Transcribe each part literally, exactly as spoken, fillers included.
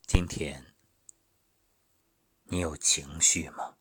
今天你有情绪吗？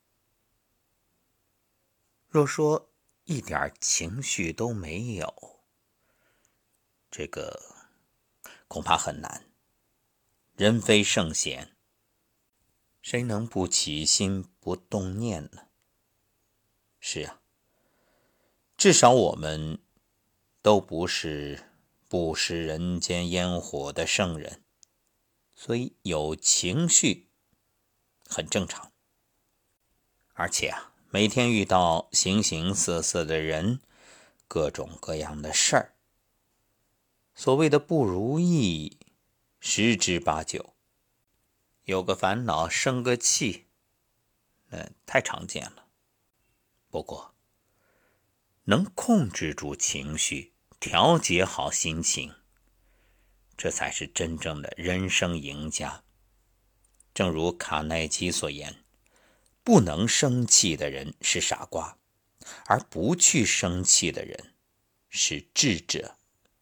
若说一点情绪都没有，这个恐怕很难。人非圣贤，谁能不起心不动念呢？是啊，至少我们都不是不食人间烟火的圣人，所以有情绪很正常。而且啊，每天遇到形形色色的人，各种各样的事儿，所谓的不如意十之八九。有个烦恼生个气，那太常见了。不过能控制住情绪，调节好心情，这才是真正的人生赢家。正如卡耐基所言，不能生气的人是傻瓜，而不去生气的人是智者。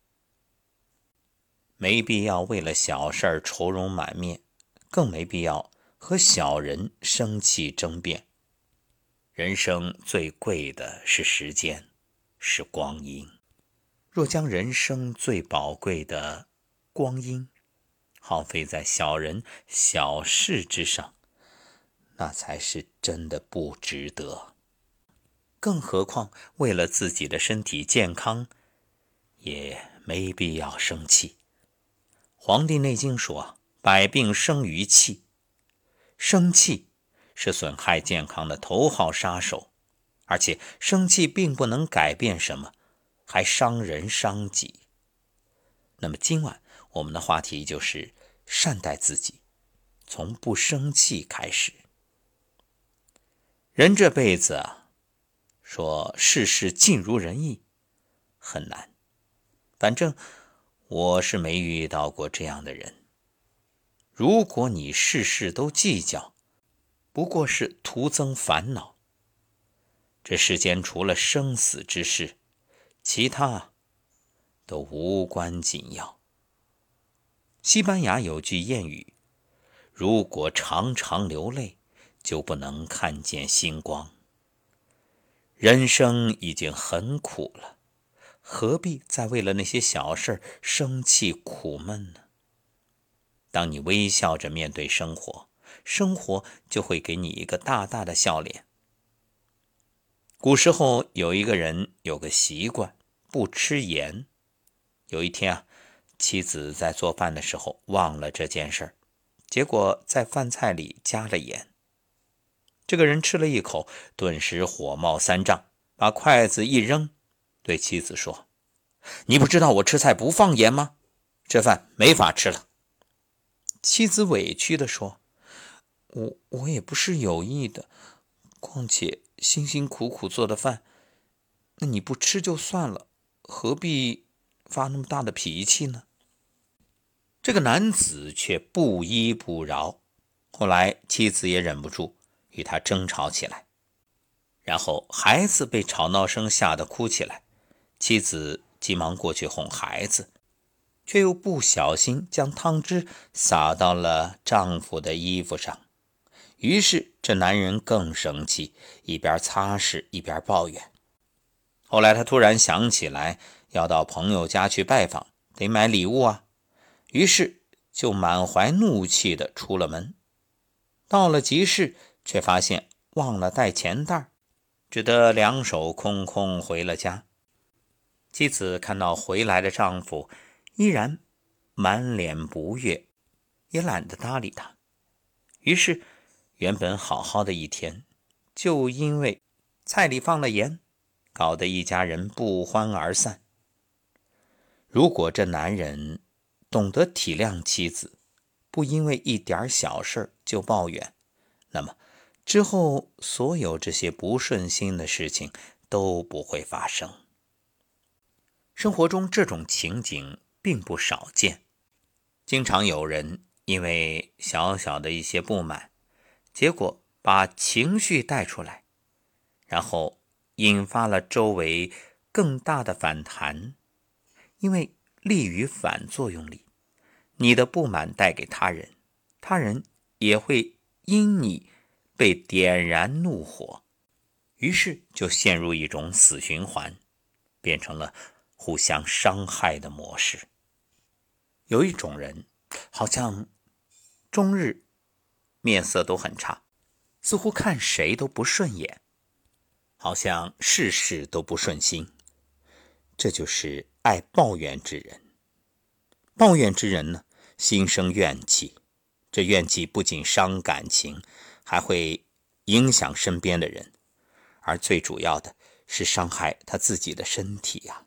没必要为了小事愁容满面，更没必要和小人生气争辩。人生最贵的是时间，是光阴。若将人生最宝贵的光阴耗费在小人小事之上，那才是真的不值得。更何况为了自己的身体健康，也没必要生气。黄帝内经说，百病生于气，生气是损害健康的头号杀手，而且生气并不能改变什么，还伤人伤己。那么今晚我们的话题就是善待自己，从不生气开始。人这辈子啊，说事事尽如人意很难，反正我是没遇到过这样的人。如果你事事都计较，不过是徒增烦恼。这世间除了生死之事，其他都无关紧要。西班牙有句谚语，如果常常流泪，就不能看见星光。人生已经很苦了，何必再为了那些小事生气苦闷呢？当你微笑着面对生活，生活就会给你一个大大的笑脸。古时候有一个人有个习惯，不吃盐。有一天啊，妻子在做饭的时候忘了这件事儿，结果在饭菜里加了盐。这个人吃了一口，顿时火冒三丈，把筷子一扔，对妻子说：你不知道我吃菜不放盐吗？这饭没法吃了。妻子委屈地说：我我也不是有意的，况且辛辛苦苦做的饭，那你不吃就算了，何必发那么大的脾气呢？这个男子却不依不饶，后来妻子也忍不住与他争吵起来，然后孩子被吵闹声吓得哭起来，妻子急忙过去哄孩子，却又不小心将汤汁洒到了丈夫的衣服上。于是这男人更生气，一边擦拭一边抱怨。后来他突然想起来要到朋友家去拜访，得买礼物啊，于是就满怀怒气地出了门。到了集市，却发现忘了带钱袋，只得两手空空回了家。妻子看到回来的丈夫依然满脸不悦，也懒得搭理他。于是原本好好的一天，就因为菜里放了盐，搞得一家人不欢而散。如果这男人懂得体谅妻子，不因为一点小事就抱怨，那么之后所有这些不顺心的事情都不会发生。生活中这种情景并不少见，经常有人因为小小的一些不满，结果把情绪带出来，然后引发了周围更大的反弹。因为力与反作用力，你的不满带给他人， 他人也会因你被点燃怒火，于是就陷入一种死循环，变成了互相伤害的模式。有一种人好像终日面色都很差，似乎看谁都不顺眼，好像事事都不顺心，这就是爱抱怨之人。抱怨之人呢，心生怨气，这怨气不仅伤感情，还会影响身边的人，而最主要的是伤害他自己的身体呀。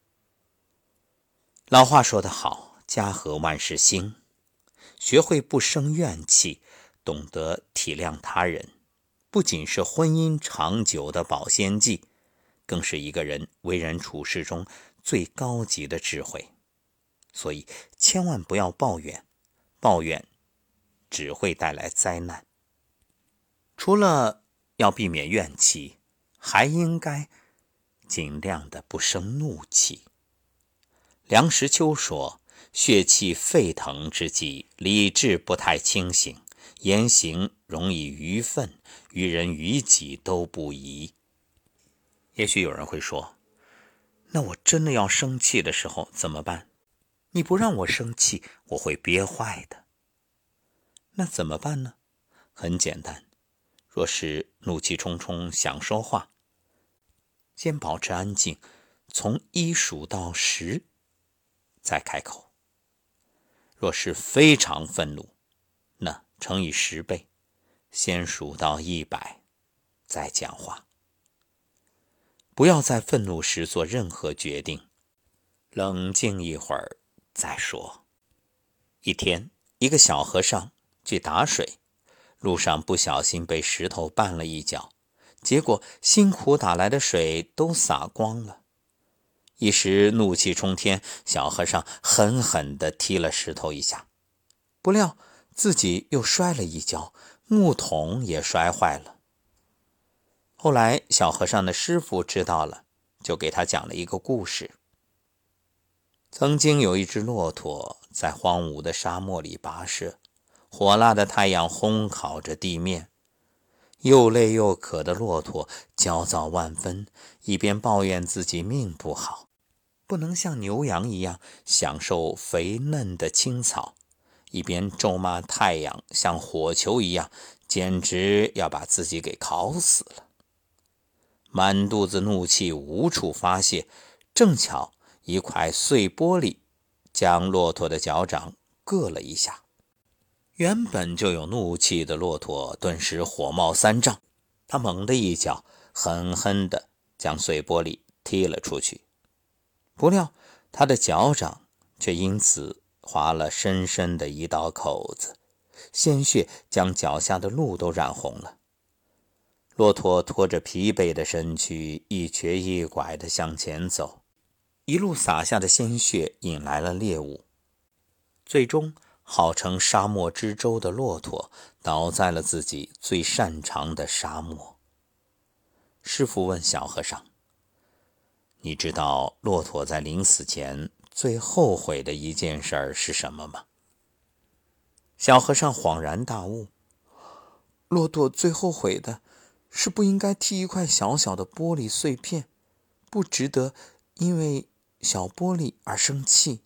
老话说得好，家和万事兴，学会不生怨气，懂得体谅他人，不仅是婚姻长久的保鲜剂，更是一个人为人处事中最高级的智慧。所以千万不要抱怨，抱怨只会带来灾难。除了要避免怨气，还应该尽量的不生怒气。梁实秋说，血气沸腾之际，理智不太清醒，言行容易愚愤，于人于己都不宜。也许有人会说，那我真的要生气的时候怎么办？你不让我生气，我会憋坏的。那怎么办呢？很简单，若是怒气冲冲想说话，先保持安静，从一数到十，再开口。若是非常愤怒，那乘以十倍，先数到一百，再讲话。不要在愤怒时做任何决定，冷静一会儿再说。一天，一个小和尚去打水，路上不小心被石头绊了一脚，结果辛苦打来的水都洒光了。一时怒气冲天，小和尚狠狠地踢了石头一下，不料自己又摔了一跤，木桶也摔坏了。后来小和尚的师傅知道了，就给他讲了一个故事。曾经有一只骆驼在荒芜的沙漠里跋涉，火辣的太阳烘烤着地面，又累又渴的骆驼焦躁万分，一边抱怨自己命不好，不能像牛羊一样享受肥嫩的青草，一边咒骂太阳像火球一样，简直要把自己给烤死了。满肚子怒气无处发泄，正巧一块碎玻璃将骆驼的脚掌硌了一下。原本就有怒气的骆驼顿时火冒三丈，他猛地一脚狠狠地将碎玻璃踢了出去，不料他的脚掌却因此划了深深的一道口子，鲜血将脚下的路都染红了。骆驼拖着疲惫的身躯一瘸一拐地向前走，一路洒下的鲜血引来了猎物，最终号称沙漠之舟的骆驼倒在了自己最擅长的沙漠。师父问小和尚，你知道骆驼在临死前最后悔的一件事是什么吗？小和尚恍然大悟，骆驼最后悔的是不应该踢一块小小的玻璃碎片，不值得因为小玻璃而生气。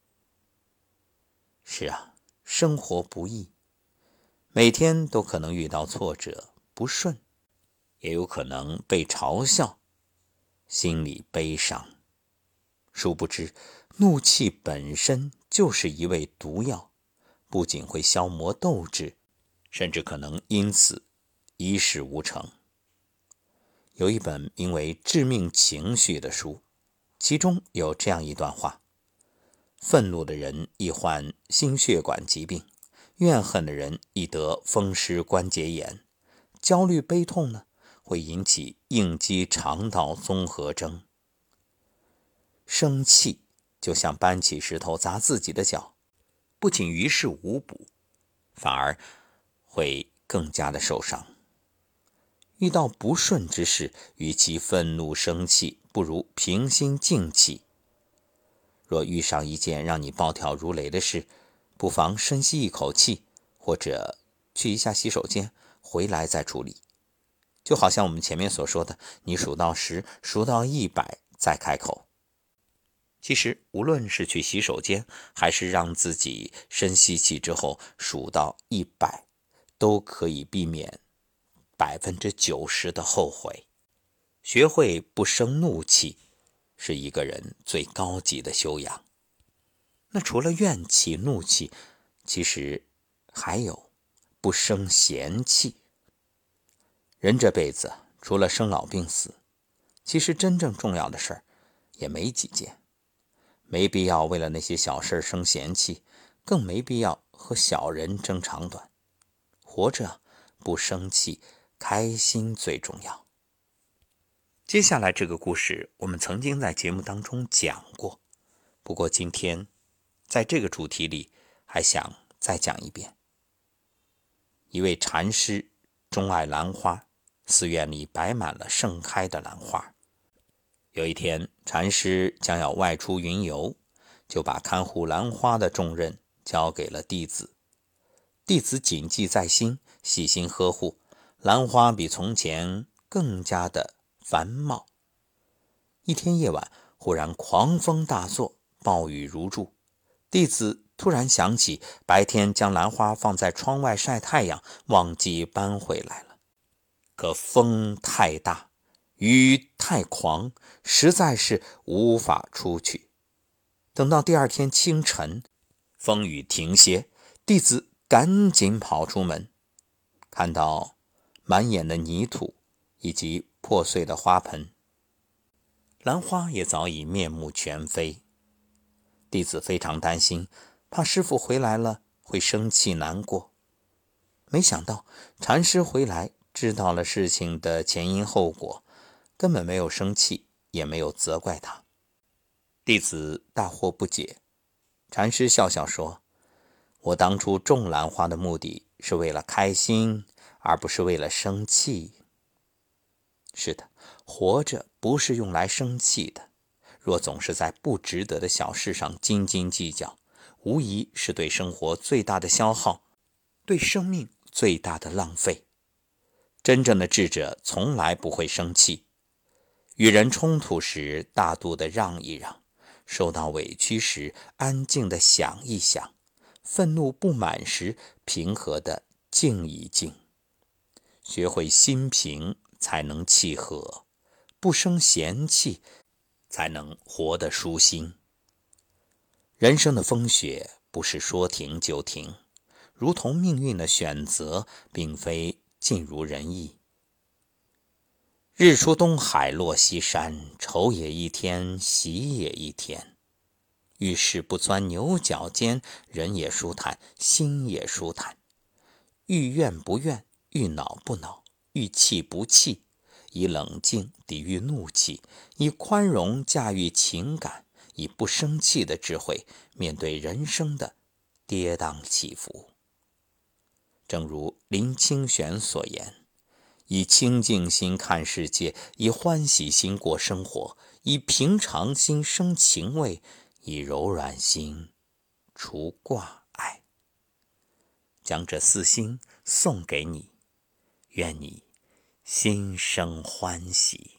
是啊，生活不易，每天都可能遇到挫折、不顺，也有可能被嘲笑，心里悲伤。殊不知，怒气本身就是一味毒药，不仅会消磨斗志，甚至可能因此一事无成。有一本名为《致命情绪》的书，其中有这样一段话：愤怒的人易患心血管疾病，怨恨的人易得风湿关节炎，焦虑悲痛呢，会引起应激肠道综合征。生气就像搬起石头砸自己的脚，不仅于事无补，反而会更加的受伤。遇到不顺之事，与其愤怒生气，不如平心静气。若遇上一件让你暴跳如雷的事，不妨深吸一口气， 或者去一下洗手间，回来再处理。就好像我们前面所说的，你数到十，数到一百再开口。其实无论是去洗手间，还是让自己深吸气之后数到一百，都可以避免百分之九十的后悔。学会不生怒气，是一个人最高级的修养。那除了怨气、怒气，其实还有不生嫌弃。人这辈子除了生老病死，其实真正重要的事儿也没几件。没必要为了那些小事生嫌弃，更没必要和小人争长短。活着不生气，开心最重要。接下来这个故事我们曾经在节目当中讲过，不过今天在这个主题里还想再讲一遍。一位禅师钟爱兰花，寺院里摆满了盛开的兰花。有一天，禅师将要外出云游，就把看护兰花的重任交给了弟子。弟子谨记在心，细心呵护，兰花比从前更加的繁茂。一天夜晚，忽然狂风大作，暴雨如注。弟子突然想起白天将兰花放在窗外晒太阳，忘记搬回来了。可风太大，雨太狂，实在是无法出去。等到第二天清晨，风雨停歇，弟子赶紧跑出门，看到满眼的泥土以及破碎的花盆，兰花也早已面目全非。弟子非常担心，怕师父回来了会生气难过。没想到禅师回来，知道了事情的前因后果，根本没有生气，也没有责怪他。弟子大惑不解，禅师笑笑说：我当初种兰花的目的是为了开心，而不是为了生气。是的，活着不是用来生气的。若总是在不值得的小事上斤斤计较，无疑是对生活最大的消耗，对生命最大的浪费。真正的智者从来不会生气，与人冲突时大度的让一让，受到委屈时安静的想一想，愤怒不满时平和的静一静。学会心平才能气和，不生嫌弃才能活得舒心。人生的风雪不是说停就停，如同命运的选择并非尽如人意。日出东海落西山，愁也一天，喜也一天。遇事不钻牛角尖，人也舒坦，心也舒坦。遇怨不怨，遇恼不恼，遇气不气，以冷静抵御怒气，以宽容驾驭情感，以不生气的智慧面对人生的跌宕起伏。正如林清玄所言，以清净心看世界，以欢喜心过生活，以平常心生情味，以柔软心除挂碍。将这四心送给你，愿你心生欢喜。